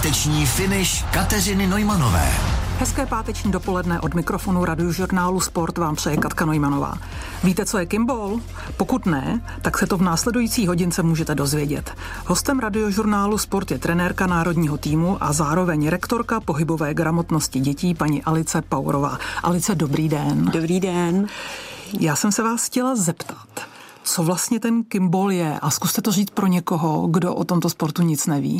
Páteční finish Kateřiny Neumanové. Hezké páteční dopoledne od mikrofonu Radiožurnálu Sport vám přeje Katka Neumannová. Víte, co je kimball? Pokud ne, tak se to v následující hodince můžete dozvědět. Hostem Radiožurnálu Sport je trenérka národního týmu a zároveň rektorka pohybové gramotnosti dětí paní Alice Paurová. Alice, dobrý den. Dobrý den. Já jsem se vás chtěla zeptat, co vlastně ten kimball je, a zkuste to říct pro někoho, kdo o tomto sportu nic neví.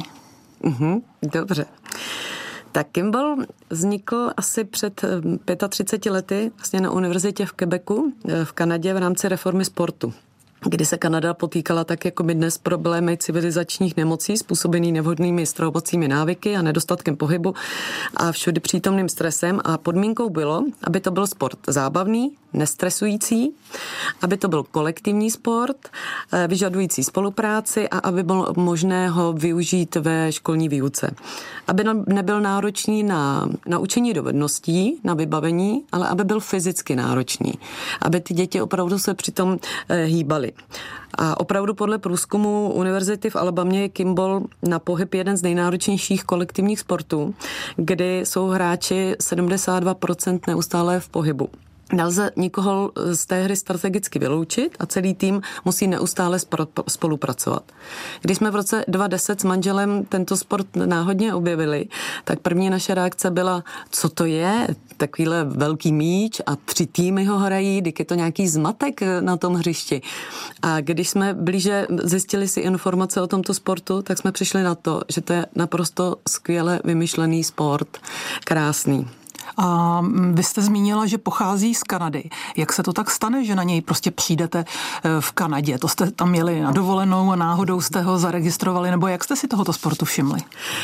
Dobře. Tak kimball vznikl asi před 35 lety vlastně na univerzitě v Quebecu v Kanadě v rámci reformy sportu, kdy se Kanada potýkala tak jako my dnes problémy civilizačních nemocí způsobený nevhodnými stravovacími návyky a nedostatkem pohybu a všude přítomným stresem, a podmínkou bylo, aby to byl sport zábavný, nestresující, aby to byl kolektivní sport, vyžadující spolupráci a aby bylo možné ho využít ve školní výuce. Aby nebyl náročný na učení dovedností, na vybavení, ale aby byl fyzicky náročný. Aby ty děti opravdu se přitom hýbaly. A opravdu podle průzkumu univerzity v Alabamě je kimball na pohyb jeden z nejnáročnějších kolektivních sportů, kdy jsou hráči 72% neustále v pohybu. Nelze nikoho z té hry strategicky vyloučit a celý tým musí neustále spolupracovat. Když jsme v roce 2010 s manželem tento sport náhodně objevili, tak první naše reakce byla, co to je, takovýhle velký míč a 3 týmy ho hrají, když je to nějaký zmatek na tom hřišti. A když jsme blíže zjistili si informace o tomto sportu, tak jsme přišli na to, že to je naprosto skvěle vymyšlený sport, krásný. A vy jste zmínila, že pochází z Kanady. Jak se to tak stane, že na něj prostě přijdete v Kanadě? To jste tam jeli na dovolenou a náhodou jste ho zaregistrovali, nebo jak jste si tohoto sportu všimli?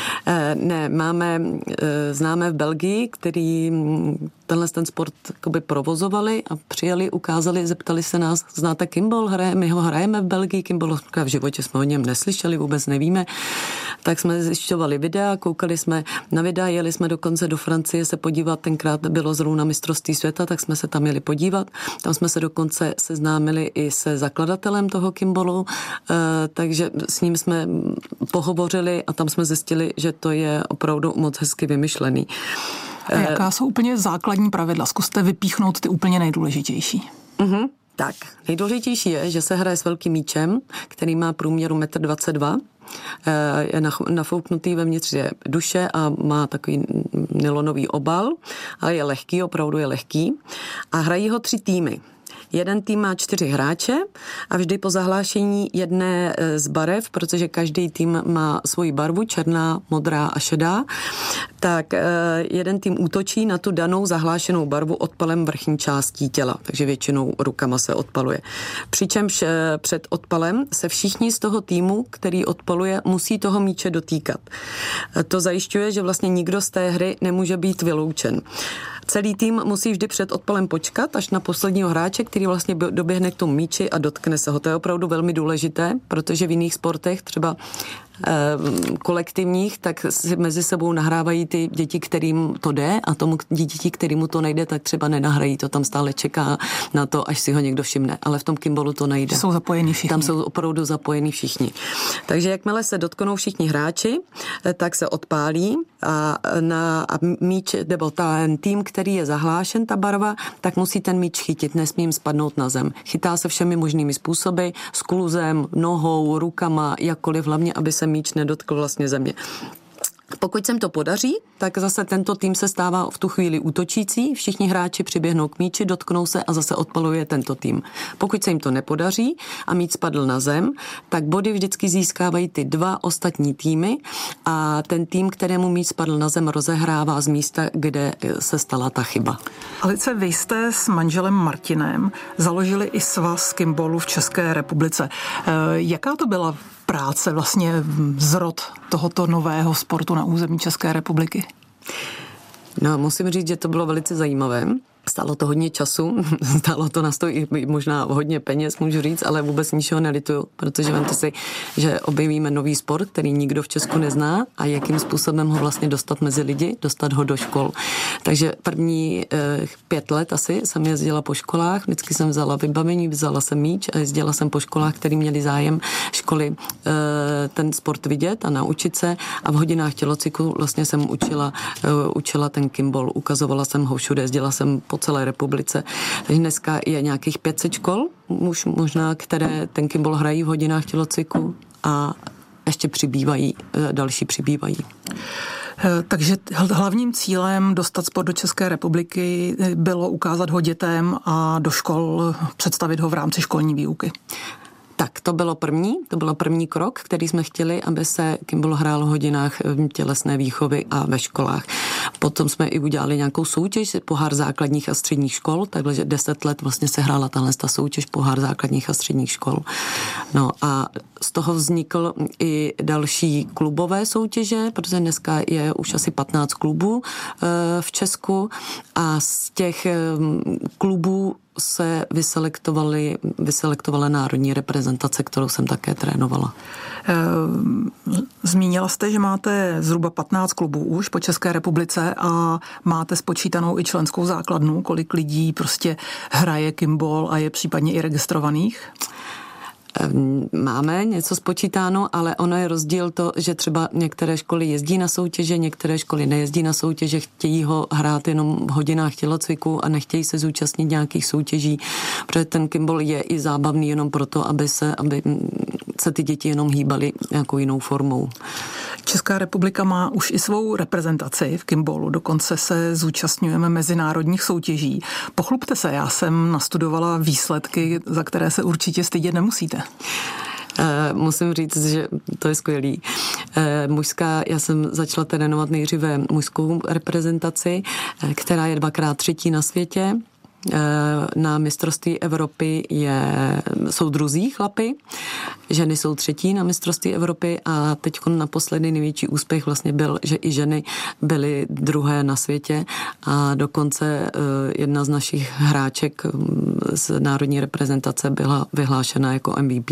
Ne, známe v Belgii, který ten sport provozovali a přijeli, ukázali, zeptali se nás, znáte kimball? My ho hrajeme v Belgii, kimball, v životě jsme o něm neslyšeli, vůbec nevíme. Tak jsme zjišťovali videa, koukali jsme na videa, jeli jsme dokonce do Francie se podívat, tenkrát bylo zrovna mistrovství světa, tak jsme se tam jeli podívat. Tam jsme se dokonce seznámili i se zakladatelem toho kimballu, takže s ním jsme pohovořili a tam jsme zjistili, že to je opravdu moc hezky vymyšlený. A jaká jsou úplně základní pravidla? Zkuste vypíchnout ty úplně nejdůležitější. Tak, nejdůležitější je, že se hraje s velkým míčem, který má průměru 1,22 m. Je nafouknutý vevnitř je duše a má takový nylonový obal, ale je lehký, opravdu je lehký. A hrají ho 3 týmy. Jeden tým má 4 hráče a vždy po zahlášení jedné z barev, protože každý tým má svoji barvu, černá, modrá a šedá, tak jeden tým útočí na tu danou zahlášenou barvu odpalem vrchní částí těla, takže většinou rukama se odpaluje. Přičemž před odpalem se všichni z toho týmu, který odpaluje, musí toho míče dotýkat. To zajišťuje, že vlastně nikdo z té hry nemůže být vyloučen. Celý tým musí vždy před odpalem počkat až na posledního hráče, který vlastně doběhne k tomu míči a dotkne se ho. To je opravdu velmi důležité, protože v jiných sportech, třeba kolektivních, tak si mezi sebou nahrávají ty děti, kterým to jde, a tomu děti, kterému to nejde, tak třeba nenahrají. To tam stále čeká na to, až si ho někdo všimne. Ale v tom kimballu to nejde. Jsou zapojení všichni. Tam jsou opravdu zapojení všichni. Takže jakmile se dotknou všichni hráči, tak se odpálí a míč, nebo ten tým, který je zahlášen, ta barva, tak musí ten míč chytit, nesmí jim spadnout na zem. Chytá se všemi možnými způsoby, skluzem, nohou, rukama, jakkoliv, hlavně, aby se míč nedotkl vlastně země. Pokud se jim to podaří, tak zase tento tým se stává v tu chvíli útočící, všichni hráči přiběhnou k míči, dotknou se a zase odpaluje tento tým. Pokud se jim to nepodaří a míč spadl na zem, tak body vždycky získávají ty 2 ostatní týmy a ten tým, kterému míč spadl na zem, rozehrává z místa, kde se stala ta chyba. Alice, vy jste s manželem Martinem založili i svaz kimballu v České republice. Jaká to byla práce, vlastně zrod tohoto nového sportu na území České republiky? No, musím říct, že to bylo velice zajímavé. Stálo to hodně času, stálo to na stoj i možná hodně peněz, můžu říct, ale vůbec ničeho nelituju, protože vemte si, že objevíme nový sport, který nikdo v Česku nezná a jakým způsobem ho vlastně dostat mezi lidi, dostat ho do škol. Takže první 5 let asi jsem jezdila po školách, vždycky jsem vzala vybavení, vzala jsem míč a jezdila jsem po školách, který měli zájem školy ten sport vidět a naučit se a v hodinách tělocviku vlastně jsem učila ten kimball, ukazovala jsem ho všude, jezdila jsem po celé republice. Takže dneska je nějakých 500 škol, už možná, které ten kimball hrají v hodinách tělocviku a ještě další přibývají. Takže hlavním cílem dostat sport do České republiky bylo ukázat ho dětem a do škol představit ho v rámci školní výuky. Tak, to byl první krok, který jsme chtěli, aby se kimball hrál v hodinách tělesné výchovy a ve školách. Potom jsme i udělali nějakou soutěž, pohár základních a středních škol, takže 10 let vlastně se hrála ta soutěž pohár základních a středních škol. No a z toho vznikl i další klubové soutěže, protože dneska je už asi 15 klubů v Česku a z těch klubů se vyselektovala národní reprezentace, kterou jsem také trénovala. Zmínila jste, že máte zhruba 15 klubů už po České republice a máte spočítanou i členskou základnu, kolik lidí prostě hraje kimball a je případně i registrovaných? Máme něco spočítáno, ale ono je rozdíl to, že třeba některé školy jezdí na soutěže, některé školy nejezdí na soutěže, chtějí ho hrát jenom v hodinách tělocviku a nechtějí se zúčastnit nějakých soutěží, protože ten kimball je i zábavný jenom proto, aby se ty děti jenom hýbaly nějakou jinou formou. Česká republika má už i svou reprezentaci v kimballu, dokonce se zúčastňujeme mezinárodních soutěží. Pochlubte se, já jsem nastudovala výsledky, za které se určitě stydět nemusíte. Musím říct, že to je skvělý. Já jsem začala trénovat nejdříve mužskou reprezentaci, která je 2x 3. na světě. Na mistrovství Evropy jsou druzí chlapi, ženy jsou 3. na mistrovství Evropy a teď naposledy největší úspěch vlastně byl, že i ženy byly 2. na světě a dokonce jedna z našich hráček z národní reprezentace byla vyhlášena jako MVP.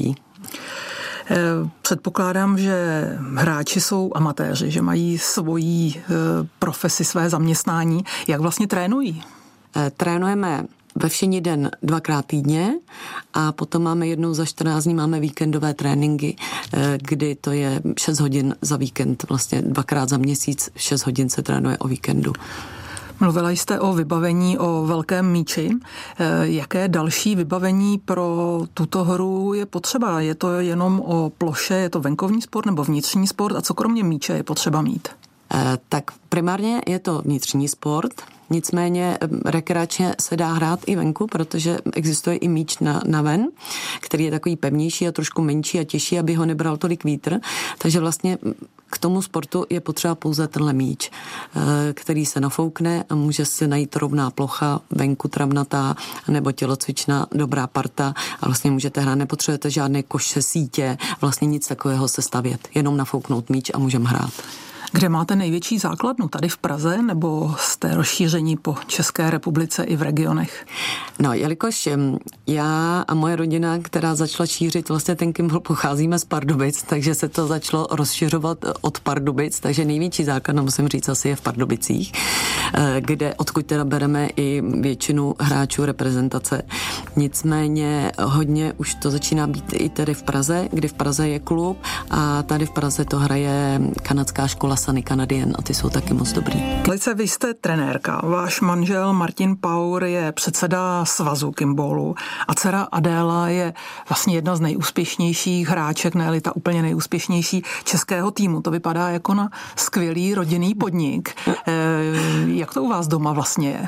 Předpokládám, že hráči jsou amatéři, že mají svoji profesi, své zaměstnání. Jak vlastně trénují? Trénujeme ve všední den 2x týdně a potom máme jednou za 14 dní máme víkendové tréninky, kdy to je 6 hodin za víkend, vlastně 2x za měsíc 6 hodin se trénuje o víkendu. Mluvila jste o vybavení, o velkém míči. Jaké další vybavení pro tuto hru je potřeba? Je to jenom o ploše, je to venkovní sport nebo vnitřní sport a co kromě míče je potřeba mít? Tak primárně je to vnitřní sport, nicméně rekreačně se dá hrát i venku, protože existuje i míč na ven, který je takový pevnější a trošku menší a těžší, aby ho nebral tolik vítr. Takže vlastně k tomu sportu je potřeba pouze tenhle míč, který se nafoukne a může se najít rovná plocha, venku travnatá nebo tělocvičná dobrá parta a vlastně můžete hrát, nepotřebujete žádné koše, sítě, vlastně nic takového se stavět, jenom nafouknout míč a můžeme hrát. Kde máte největší základnu? Tady v Praze nebo jste rozšíření po České republice i v regionech? No, jelikož já a moje rodina, která začala šířit vlastně ten kimball, pocházíme z Pardubic, takže se to začalo rozšiřovat od Pardubic, takže největší základna, musím říct, asi je v Pardubicích, odkud teda bereme i většinu hráčů reprezentace. Nicméně hodně už to začíná být i tady v Praze, kdy v Praze je klub a tady v Praze to hraje kanadská škola Sunny Canadian a ty jsou taky moc dobrý. Lice, vy jste trenérka, váš manžel Martin Paur je předseda svazu kimballu a dcera Adéla je vlastně jedna z nejúspěšnějších hráček, ne-li ta úplně nejúspěšnější českého týmu. To vypadá jako na skvělý rodinný podnik. Jak to u vás doma vlastně je?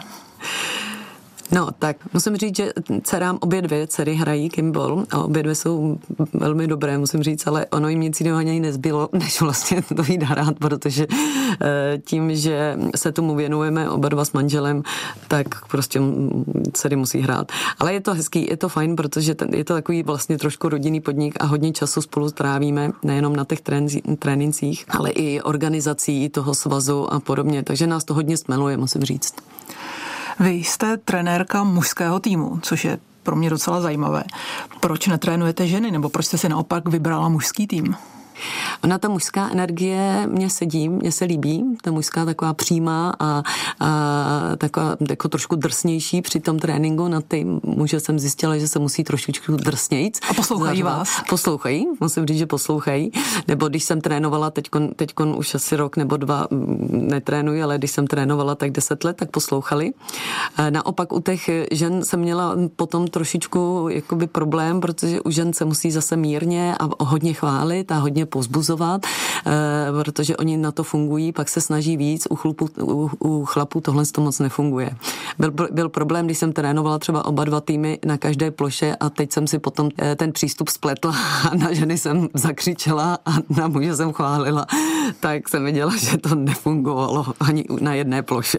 No, tak musím říct, že obě dvě dcery hrají kimball a obě dvě jsou velmi dobré, musím říct, ale ono jim nic jiného ani nezbylo, než vlastně to jít hrát, protože tím, že se tomu věnujeme oba dva s manželem, tak prostě dcery musí hrát. Ale je to hezký, je to fajn, protože je to takový vlastně trošku rodinný podnik a hodně času spolu strávíme, nejenom na těch trénincích, ale i organizací toho svazu a podobně, takže nás to hodně smeluje, musím říct. Vy jste trenérka mužského týmu, což je pro mě docela zajímavé. Proč netrénujete ženy, nebo proč jste si naopak vybrala mužský tým? Ona, ta mužská energie mně sedí, mně se líbí, ta mužská taková přímá a taková jako trošku drsnější při tom tréninku. Na ty muže jsem zjistila, že se musí trošičku drsnějc. A poslouchají vás? Poslouchají, musím říct, že poslouchají. Nebo když jsem trénovala, teďkon už asi rok nebo 2 netrénuji, ale když jsem trénovala tak 10 let, tak poslouchali. Naopak u těch žen jsem měla potom trošičku jakoby problém, protože u žen se musí zase mírně a hodně chválit a hodně povzbuzovat, protože oni na to fungují, pak se snaží víc, u chlapů tohle to moc nefunguje. Byl problém, když jsem trénovala třeba oba 2 týmy na každé ploše a teď jsem si potom ten přístup spletla a na ženy jsem zakřičela a na muže jsem chválila, tak jsem viděla, že to nefungovalo ani na jedné ploše.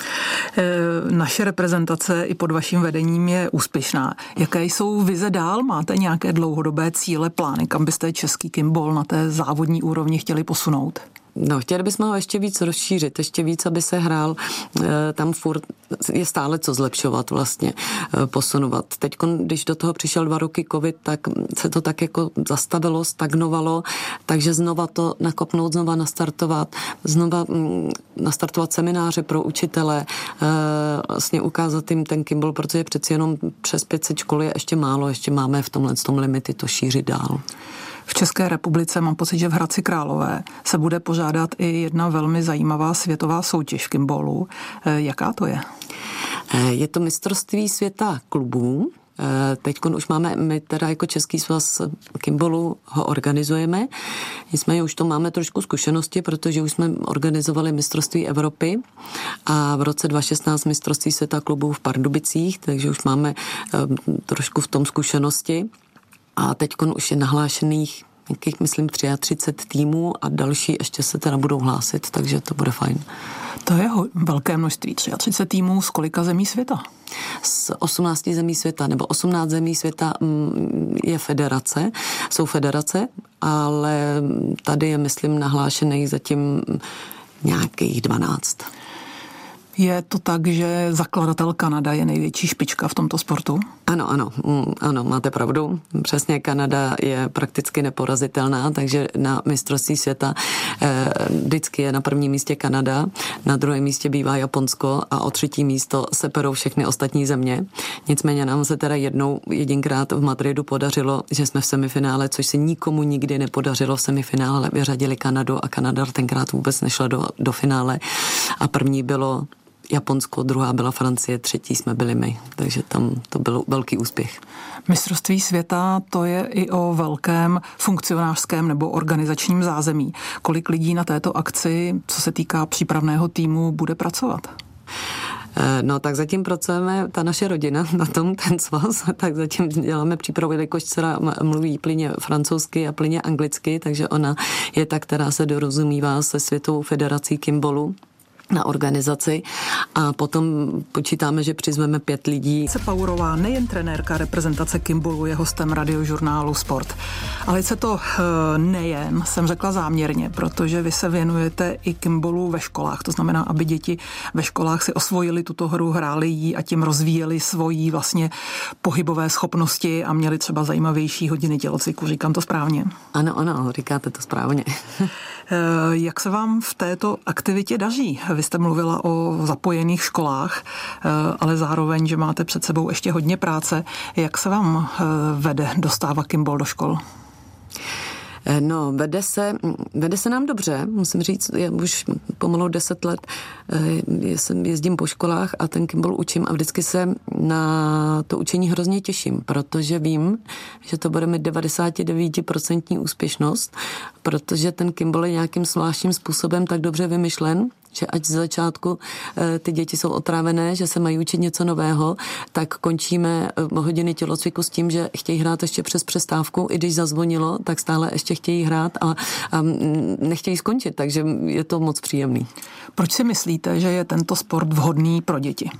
Naše reprezentace i pod vaším vedením je úspěšná. Jaké jsou vize dál? Máte nějaké dlouhodobé cíle, plány, kam byste český kimball na té závodní úrovni chtěli posunout? No, chtěli bychom ho ještě víc rozšířit, ještě víc, aby se hrál. Tam furt je stále co zlepšovat vlastně, posunovat. Teď, když do toho přišel 2 roky covid, tak se to tak jako zastavilo, stagnovalo, takže znova to nakopnout, znova nastartovat, znova nastartovat semináře pro učitele, vlastně ukázat jim ten kimball, protože přeci jenom přes 500 škol je ještě málo, ještě máme v tomhle limity to šířit dál. V České republice mám pocit, že v Hradci Králové se bude pořádat i jedna velmi zajímavá světová soutěž v kimballu. Jaká to je? Je to mistrovství světa klubů. Teď už máme, my teda jako Český svaz kimballu ho organizujeme. Nicméně už to máme trošku zkušenosti, protože už jsme organizovali mistrovství Evropy a v roce 2016 mistrovství světa klubů v Pardubicích, takže už máme trošku v tom zkušenosti. A teď už je nahlášených nějakých, myslím, 33 týmů a další ještě se teda budou hlásit, takže to bude fajn. To je velké množství, 33 týmů z kolika zemí světa? Z 18 zemí světa, nebo 18 zemí světa je federace, jsou federace, ale tady je, myslím, nahlášených zatím nějakých 12. Je to tak, že zakladatel Kanada je největší špička v tomto sportu? Ano, máte pravdu. Přesně, Kanada je prakticky neporazitelná, takže na mistrovství světa vždycky je na prvním místě Kanada, na druhém místě bývá Japonsko a o 3. místo se perou všechny ostatní země. Nicméně nám se teda jedinkrát v Madridu podařilo, že jsme v semifinále, což se nikomu nikdy nepodařilo v semifinále, vyřadili Kanadu a Kanada tenkrát vůbec nešla do finále a první bylo Japonsko, druhá byla Francie, 3. jsme byli my, takže tam to byl velký úspěch. Mistrovství světa, to je i o velkém funkcionářském nebo organizačním zázemí. Kolik lidí na této akci, co se týká přípravného týmu, bude pracovat? No tak zatím pracujeme, ta naše rodina na tom, ten svaz, tak zatím děláme přípravu, jelikož dcera mluví plyně francouzsky a plyně anglicky, takže ona je ta, která se dorozumívá se Světovou federací kimballu na organizaci a potom počítáme, že přizveme 5 lidí. Paurová, nejen trenérka reprezentace kimballu, je hostem radiožurnálu Sport. Ale se to nejen, jsem řekla záměrně, protože vy se věnujete i kimballu ve školách. To znamená, aby děti ve školách si osvojili tuto hru, hráli ji a tím rozvíjeli svoji vlastně pohybové schopnosti a měli třeba zajímavější hodiny tělocviku. Říkám to správně? Ano, říkáte to správně. Jak se vám v této aktivitě daří? Vy jste mluvila o zapojených školách, ale zároveň, že máte před sebou ještě hodně práce. Jak se vám dostává kimball do škol? No, vede se nám dobře, musím říct, já už pomalu 10 let jezdím po školách a ten kimball učím a vždycky se na to učení hrozně těším, protože vím, že to bude mít 99% úspěšnost, protože ten kimball je nějakým zvláštním způsobem tak dobře vymyšlen, že ať z začátku ty děti jsou otrávené, že se mají učit něco nového, tak končíme hodiny tělocviku s tím, že chtějí hrát ještě přes přestávku, i když zazvonilo, tak stále ještě chtějí hrát a nechtějí skončit, takže je to moc příjemný. Proč si myslíte, že je tento sport vhodný pro děti?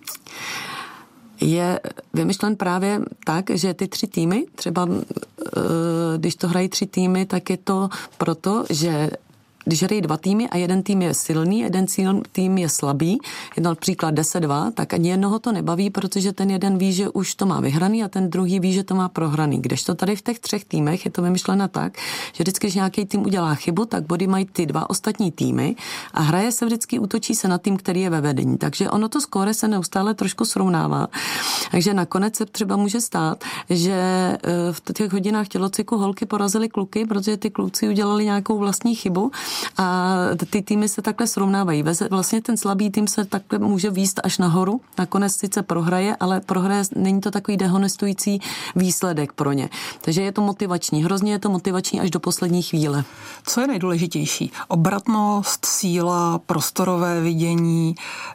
Je vymyšlen právě tak, že ty 3 týmy, třeba když to hrají 3 týmy, tak je to proto, že když hrají 2 týmy a jeden tým je silný, jeden tým je slabý, například 10-2, tak ani jednoho to nebaví, protože ten jeden ví, že už to má vyhraný a ten druhý ví, že to má prohraný. Kdežto tady v těch 3 týmech je to vymyšleno tak, že vždycky, když nějaký tým udělá chybu, tak body mají ty 2 ostatní týmy a hraje se vždycky, útočí se na tým, který je ve vedení. Takže ono to skóre se neustále trošku srovnává. Takže nakonec se třeba může stát, že v těch hodinách tělocviku holky porazily kluky, protože ty kluci udělali nějakou vlastní chybu a ty týmy se takhle srovnávají. Vlastně ten slabý tým se takhle může výst až nahoru. Nakonec sice prohraje, ale prohraje, není to takový dehonestující výsledek pro ně. Takže je to motivační. Hrozně je to motivační až do poslední chvíle. Co je nejdůležitější? Obratnost, síla, prostorové vidění,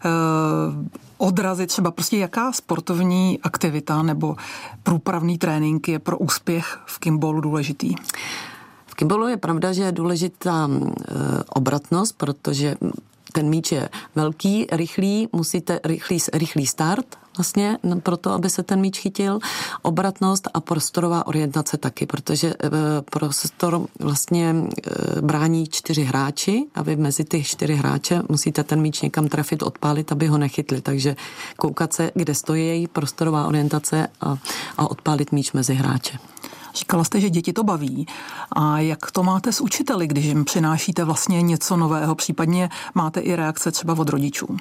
odrazy, třeba prostě jaká sportovní aktivita nebo průpravný trénink je pro úspěch v kimballu důležitý? V kimballu je pravda, že je důležitá obratnost, protože ten míč je velký, rychlý, musíte rychlý start vlastně proto, aby se ten míč chytil, obratnost a prostorová orientace taky, protože prostor vlastně brání 4 hráči a vy mezi ty 4 hráče musíte ten míč někam trefit, odpálit, aby ho nechytli, takže koukat se, kde stojí její prostorová orientace a odpálit míč mezi hráče. Říkala jste, že děti to baví. A jak to máte s učiteli, když jim přinášíte vlastně něco nového, případně máte i reakce třeba od rodičů?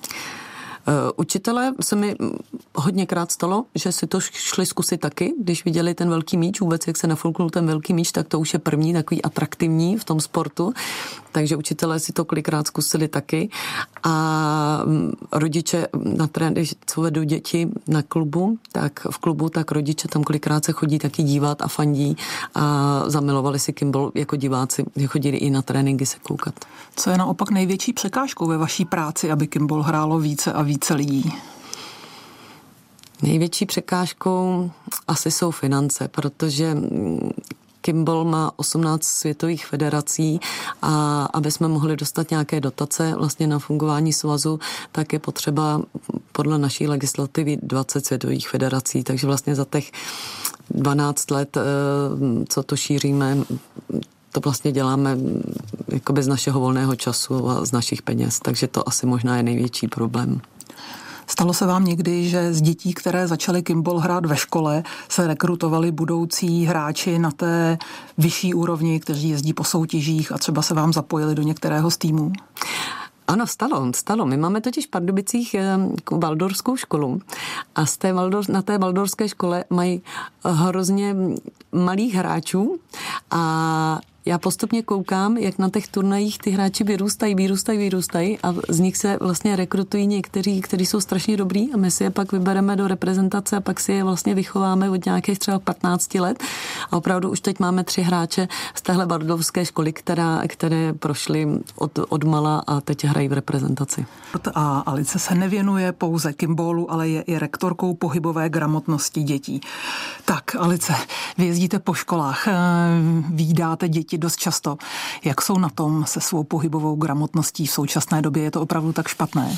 Učitelé se mi hodněkrát stalo, že si to šli zkusit taky, když viděli ten velký míč, vůbec jak se nafouknul ten velký míč, tak to už je první takový atraktivní v tom sportu, takže učitelé si to kolikrát zkusili taky a rodiče na trénink, co vedou děti na klubu, tak v klubu, tak rodiče tam kolikrát se chodí taky dívat a fandí a zamilovali si kimball jako diváci, že chodili i na tréninky se koukat. Co je naopak největší překážkou ve vaší práci, aby kimball hrálo více a více lidí? Největší překážkou asi jsou finance, protože kimball má 18 světových federací a aby jsme mohli dostat nějaké dotace vlastně na fungování svazu, tak je potřeba podle naší legislativy 20 světových federací, takže vlastně za těch 12 let, co to šíříme, to vlastně děláme jakoby z našeho volného času a z našich peněz, takže to asi možná je největší problém. Stalo se vám někdy, že z dětí, které začaly kimball hrát ve škole, se rekrutovali budoucí hráči na té vyšší úrovni, kteří jezdí po soutěžích a třeba se vám zapojili do některého z týmů? Ano, stalo. My máme totiž v Pardubicích valdorskou školu a na té valdorské škole mají hrozně malých hráčů a já postupně koukám, jak na těch turnajích ty hráči vyrůstají a z nich se vlastně rekrutují někteří, kteří jsou strašně dobrý a my si je pak vybereme do reprezentace a pak si je vlastně vychováme od nějakých třeba 15 let a opravdu už teď máme 3 hráče z téhle valdorské školy, které prošly od mala a teď hrají v reprezentaci. A Alice se nevěnuje pouze kimballu, ale je i rektorkou pohybové gramotnosti dětí. Tak, Alice, vy jezdíte po školách, vídáte děti dost často. Jak jsou na tom se svou pohybovou gramotností v současné době? Je to opravdu tak špatné?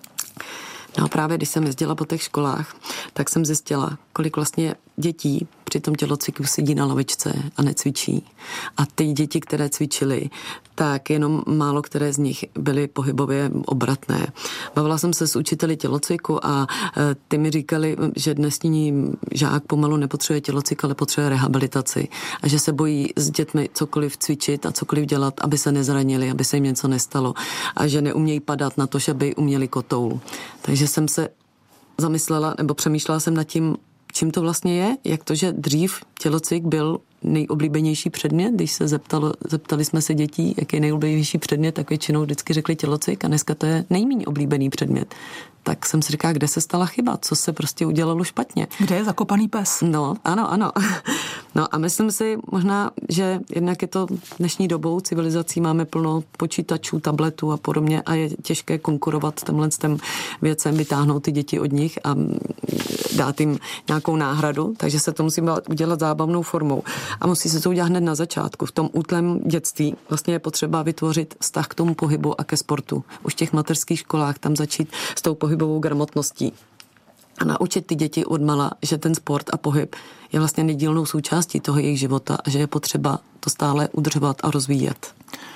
No právě když jsem jezdila po těch školách, tak jsem zjistila, kolik vlastně dětí při tom tělocviku sedí na lavičce a necvičí. A ty děti, které cvičily, tak jenom málo které z nich byly pohybově obratné. Bavila jsem se s učiteli tělocviku a ty mi říkali, že dnesní žák pomalu nepotřebuje tělocvik, ale potřebuje rehabilitaci. A že se bojí s dětmi cokoliv cvičit a cokoliv dělat, aby se nezranili, aby se jim něco nestalo. A že neumějí padat na to, že by uměli kotoul. Takže jsem se zamyslela, nebo přemýšlela jsem nad tím, čím to vlastně je, jak to, že dřív tělocvik byl nejoblíbenější předmět, když se zeptali jsme se dětí, jaký je nejoblíbenější předmět, tak většinou vždycky řekli tělocvik a dneska to je nejméně oblíbený předmět. Tak jsem si říkala, kde se stala chyba, co se prostě udělalo špatně. Kde je zakopaný pes? No, ano. No a myslím si možná, že jednak je to dnešní dobou civilizací, máme plno počítačů, tabletů a podobně a je těžké konkurovat těm věcem, vytáhnout ty děti od nich a dát jim nějakou náhradu, takže se to musí udělat zábavnou formou. A musí se to udělat hned na začátku. V tom útlém dětství vlastně je potřeba vytvořit vztah k tomu pohybu a ke sportu. Už v těch mateřských školách tam začít s tou pohybovou gramotností. A naučit ty děti odmala, že ten sport a pohyb je vlastně nedílnou součástí toho jejich života a že je potřeba to stále udržovat a rozvíjet.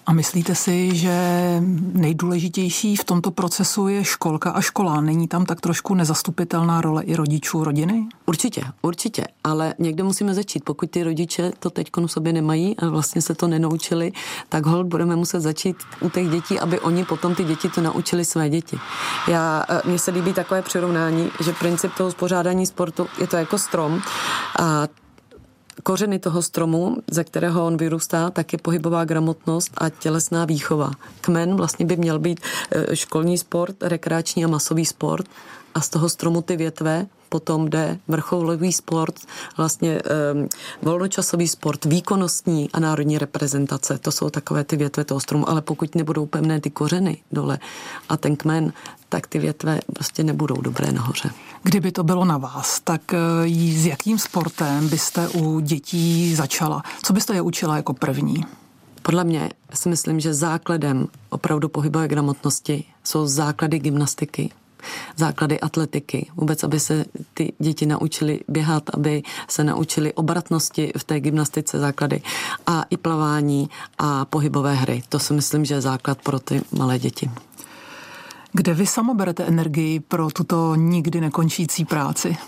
A myslíte si, že nejdůležitější v tomto procesu je školka a škola? Není tam tak trošku nezastupitelná role i rodičů, rodiny? Určitě, ale někde musíme začít. Pokud ty rodiče to teďkon v sobě nemají a vlastně se to nenaučili, tak holt budeme muset začít u těch dětí, aby oni potom ty děti to naučili své děti. Mně se líbí takové přirovnání, že princip toho uspořádání sportu je to jako strom a kořeny toho stromu, ze kterého on vyrůstá, tak je pohybová gramotnost a tělesná výchova. Kmen vlastně by měl být školní sport, rekreační a masový sport a z toho stromu ty větve potom jde vrcholový sport, vlastně volnočasový sport, výkonnostní a národní reprezentace. To jsou takové ty větve toho stromu, ale pokud nebudou pevné ty kořeny dole a ten kmen, tak ty větve prostě nebudou dobré nahoře. Kdyby to bylo na vás, tak s jakým sportem byste u dětí začala? Co byste je učila jako první? Podle mě si myslím, že základem opravdu pohybové gramotnosti jsou základy gymnastiky, základy atletiky, vůbec, aby se ty děti naučily běhat, aby se naučily obratnosti v té gymnastice základy a i plavání a pohybové hry. To si myslím, že je základ pro ty malé děti. Kde vy sama berete energii pro tuto nikdy nekončící práci?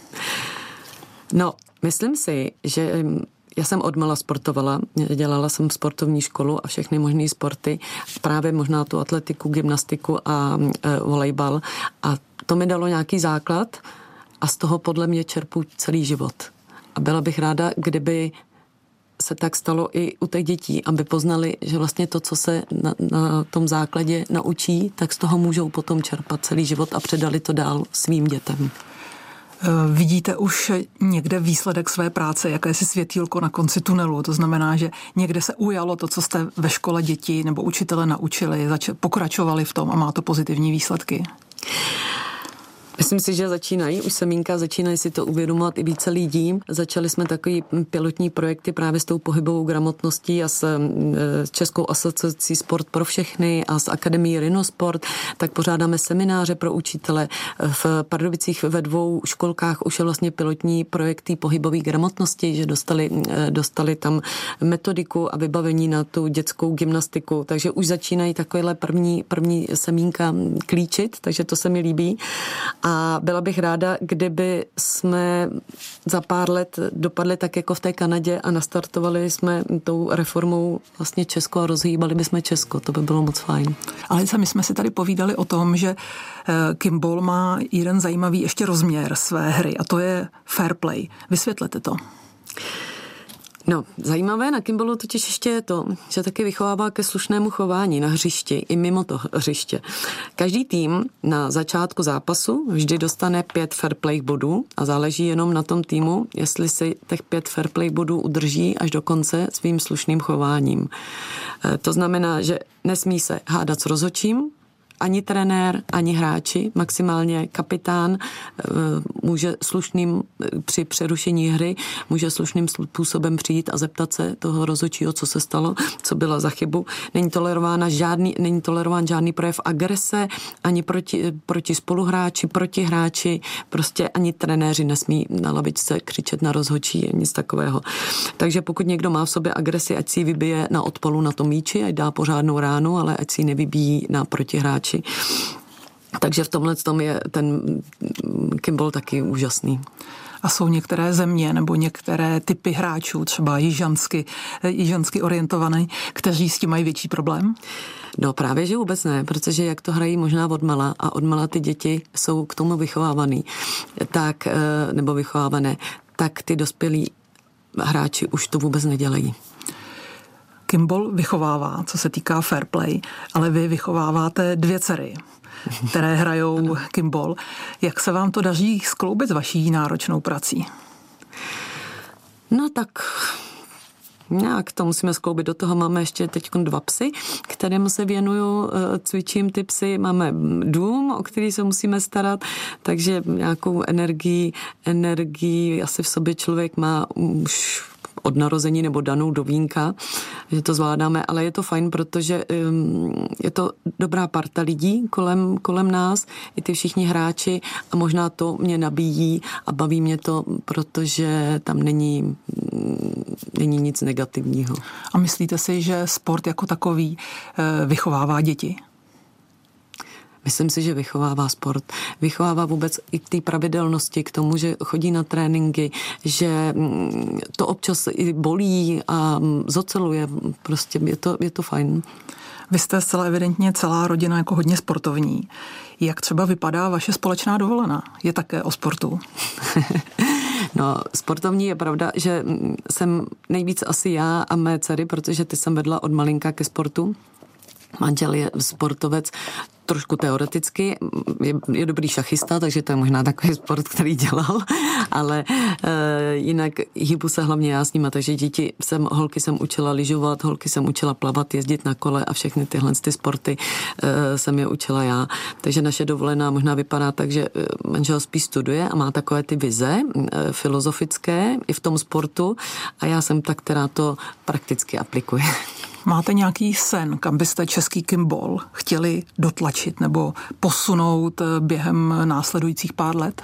No, myslím si, že já jsem odmala sportovala, dělala jsem sportovní školu a všechny možné sporty, právě možná tu atletiku, gymnastiku a volejbal a to mi dalo nějaký základ a z toho podle mě čerpu celý život. A byla bych ráda, kdyby se tak stalo i u těch dětí, aby poznali, že vlastně to, co se na tom základě naučí, tak z toho můžou potom čerpat celý život a předali to dál svým dětem. Vidíte už někde výsledek své práce, jakési světýlko na konci tunelu? To znamená, že někde se ujalo to, co jste ve škole děti nebo učitele naučili, pokračovali v tom a má to pozitivní výsledky? Myslím si, že už semínka začínají si to uvědomovat i více lidí. Začali jsme takový pilotní projekty právě s tou pohybovou gramotností a s Českou asociací Sport pro všechny a s Akademií Rhinosport, tak pořádáme semináře pro učitele. V Pardubicích ve 2 školkách už je vlastně pilotní projekty pohybové gramotnosti, že dostali tam metodiku a vybavení na tu dětskou gymnastiku, takže už začínají takovéhle první semínka klíčit, takže to se mi líbí. A byla bych ráda, kdyby jsme za pár let dopadli tak jako v té Kanadě a nastartovali jsme tou reformou vlastně Česko a rozhýbali bychom Česko. To by bylo moc fajn. Ale my jsme si tady povídali o tom, že Kimball má jeden zajímavý ještě rozměr své hry a to je fair play. Vysvětlete to. No, zajímavé na Kimballu totiž ještě je to, že taky vychovává ke slušnému chování na hřišti i mimo to hřiště. Každý tým na začátku zápasu vždy dostane 5 fair play bodů a záleží jenom na tom týmu, jestli si těch 5 fair play bodů udrží až do konce svým slušným chováním. To znamená, že nesmí se hádat s rozhodčím, ani trenér, ani hráči, maximálně kapitán může při přerušení hry může slušným způsobem přijít a zeptat se toho rozhodčího, co se stalo, co byla za chybu. Není tolerován žádný projev agrese, ani proti spoluhráči, proti hráči, prostě ani trenéři nesmí na lavičce křičet na rozhodčí, nic takového. Takže pokud někdo má v sobě agresi, ať si ji vybije na odpolu na tom míči, ať dá pořádnou ránu, ale ať si ji nevybíjí na protihráči. Takže v tomhle tom je ten Kimball taky úžasný. A jsou některé země nebo některé typy hráčů, třeba jižansky orientované, kteří s tím mají větší problém? No právě, že vůbec ne, protože jak to hrají možná odmala a odmala ty děti jsou k tomu vychovávaný, tak, nebo vychovávané, tak ty dospělí hráči už to vůbec nedělají. Kimball vychovává, co se týká fair play, ale vy vychováváte 2 dcery, které hrajou Kimball. Jak se vám to daří skloubit s vaší náročnou prací? No tak nějak to musíme skloubit. Do toho máme ještě teď 2 psy, kterým se věnuju, cvičím ty psy. Máme dům, o který se musíme starat, takže nějakou energii asi v sobě člověk má už od narození nebo danou do vínka, že to zvládáme, ale je to fajn, protože je to dobrá parta lidí kolem nás, i ty všichni hráči a možná to mě nabíjí a baví mě to, protože tam není nic negativního. A myslíte si, že sport jako takový vychovává děti? Myslím si, že vychovává sport. Vychovává vůbec i k té pravidelnosti, k tomu, že chodí na tréninky, že to občas i bolí a zoceluje. Prostě je to fajn. Vy jste zcela evidentně celá rodina jako hodně sportovní. Jak třeba vypadá vaše společná dovolená? Je také o sportu? No, sportovní je pravda, že jsem nejvíc asi já a mé dcery, protože ty jsem vedla od malinka ke sportu. Manžel je sportovec, trošku teoreticky, je dobrý šachista, takže to je možná takový sport, který dělal, ale jinak hýbu se hlavně já s nima, takže holky jsem učila lyžovat, holky jsem učila plavat, jezdit na kole a všechny tyhle sporty jsem je učila já. Takže naše dovolená možná vypadá tak, že manžel spíš studuje a má takové ty vize filozofické i v tom sportu a já jsem ta, která to prakticky aplikuje. Máte nějaký sen, kam byste český kimball chtěli dotlačit nebo posunout během následujících pár let?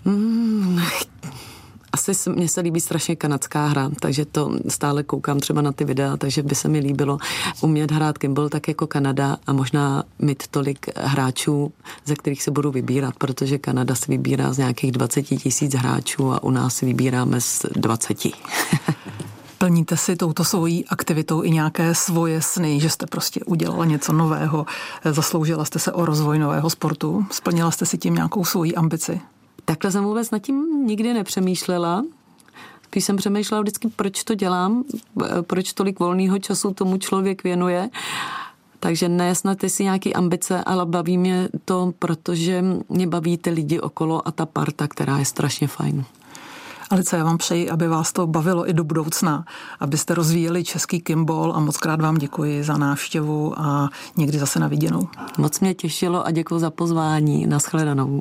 Asi mně se líbí strašně kanadská hra, takže to stále koukám třeba na ty videa, takže by se mi líbilo umět hrát kimball tak jako Kanada a možná mít tolik hráčů, ze kterých se budu vybírat, protože Kanada se vybírá z nějakých 20 000 hráčů a u nás si vybíráme z 20. Plníte si touto svojí aktivitou i nějaké svoje sny, že jste prostě udělala něco nového, zasloužila jste se o rozvoj nového sportu, splnila jste si tím nějakou svoji ambici? Takhle jsem vůbec nad tím nikdy nepřemýšlela. Když jsem přemýšlela vždycky, proč to dělám, proč tolik volného času tomu člověk věnuje. Takže ne snad si nějaký ambice, ale baví mě to, protože mě baví ty lidi okolo a ta parta, která je strašně fajn. Alice, já vám přeji, aby vás to bavilo i do budoucna, abyste rozvíjeli český kimball a moc krát vám děkuji za návštěvu a někdy zase na viděnou. Moc mě těšilo a děkuji za pozvání. Nashledanou.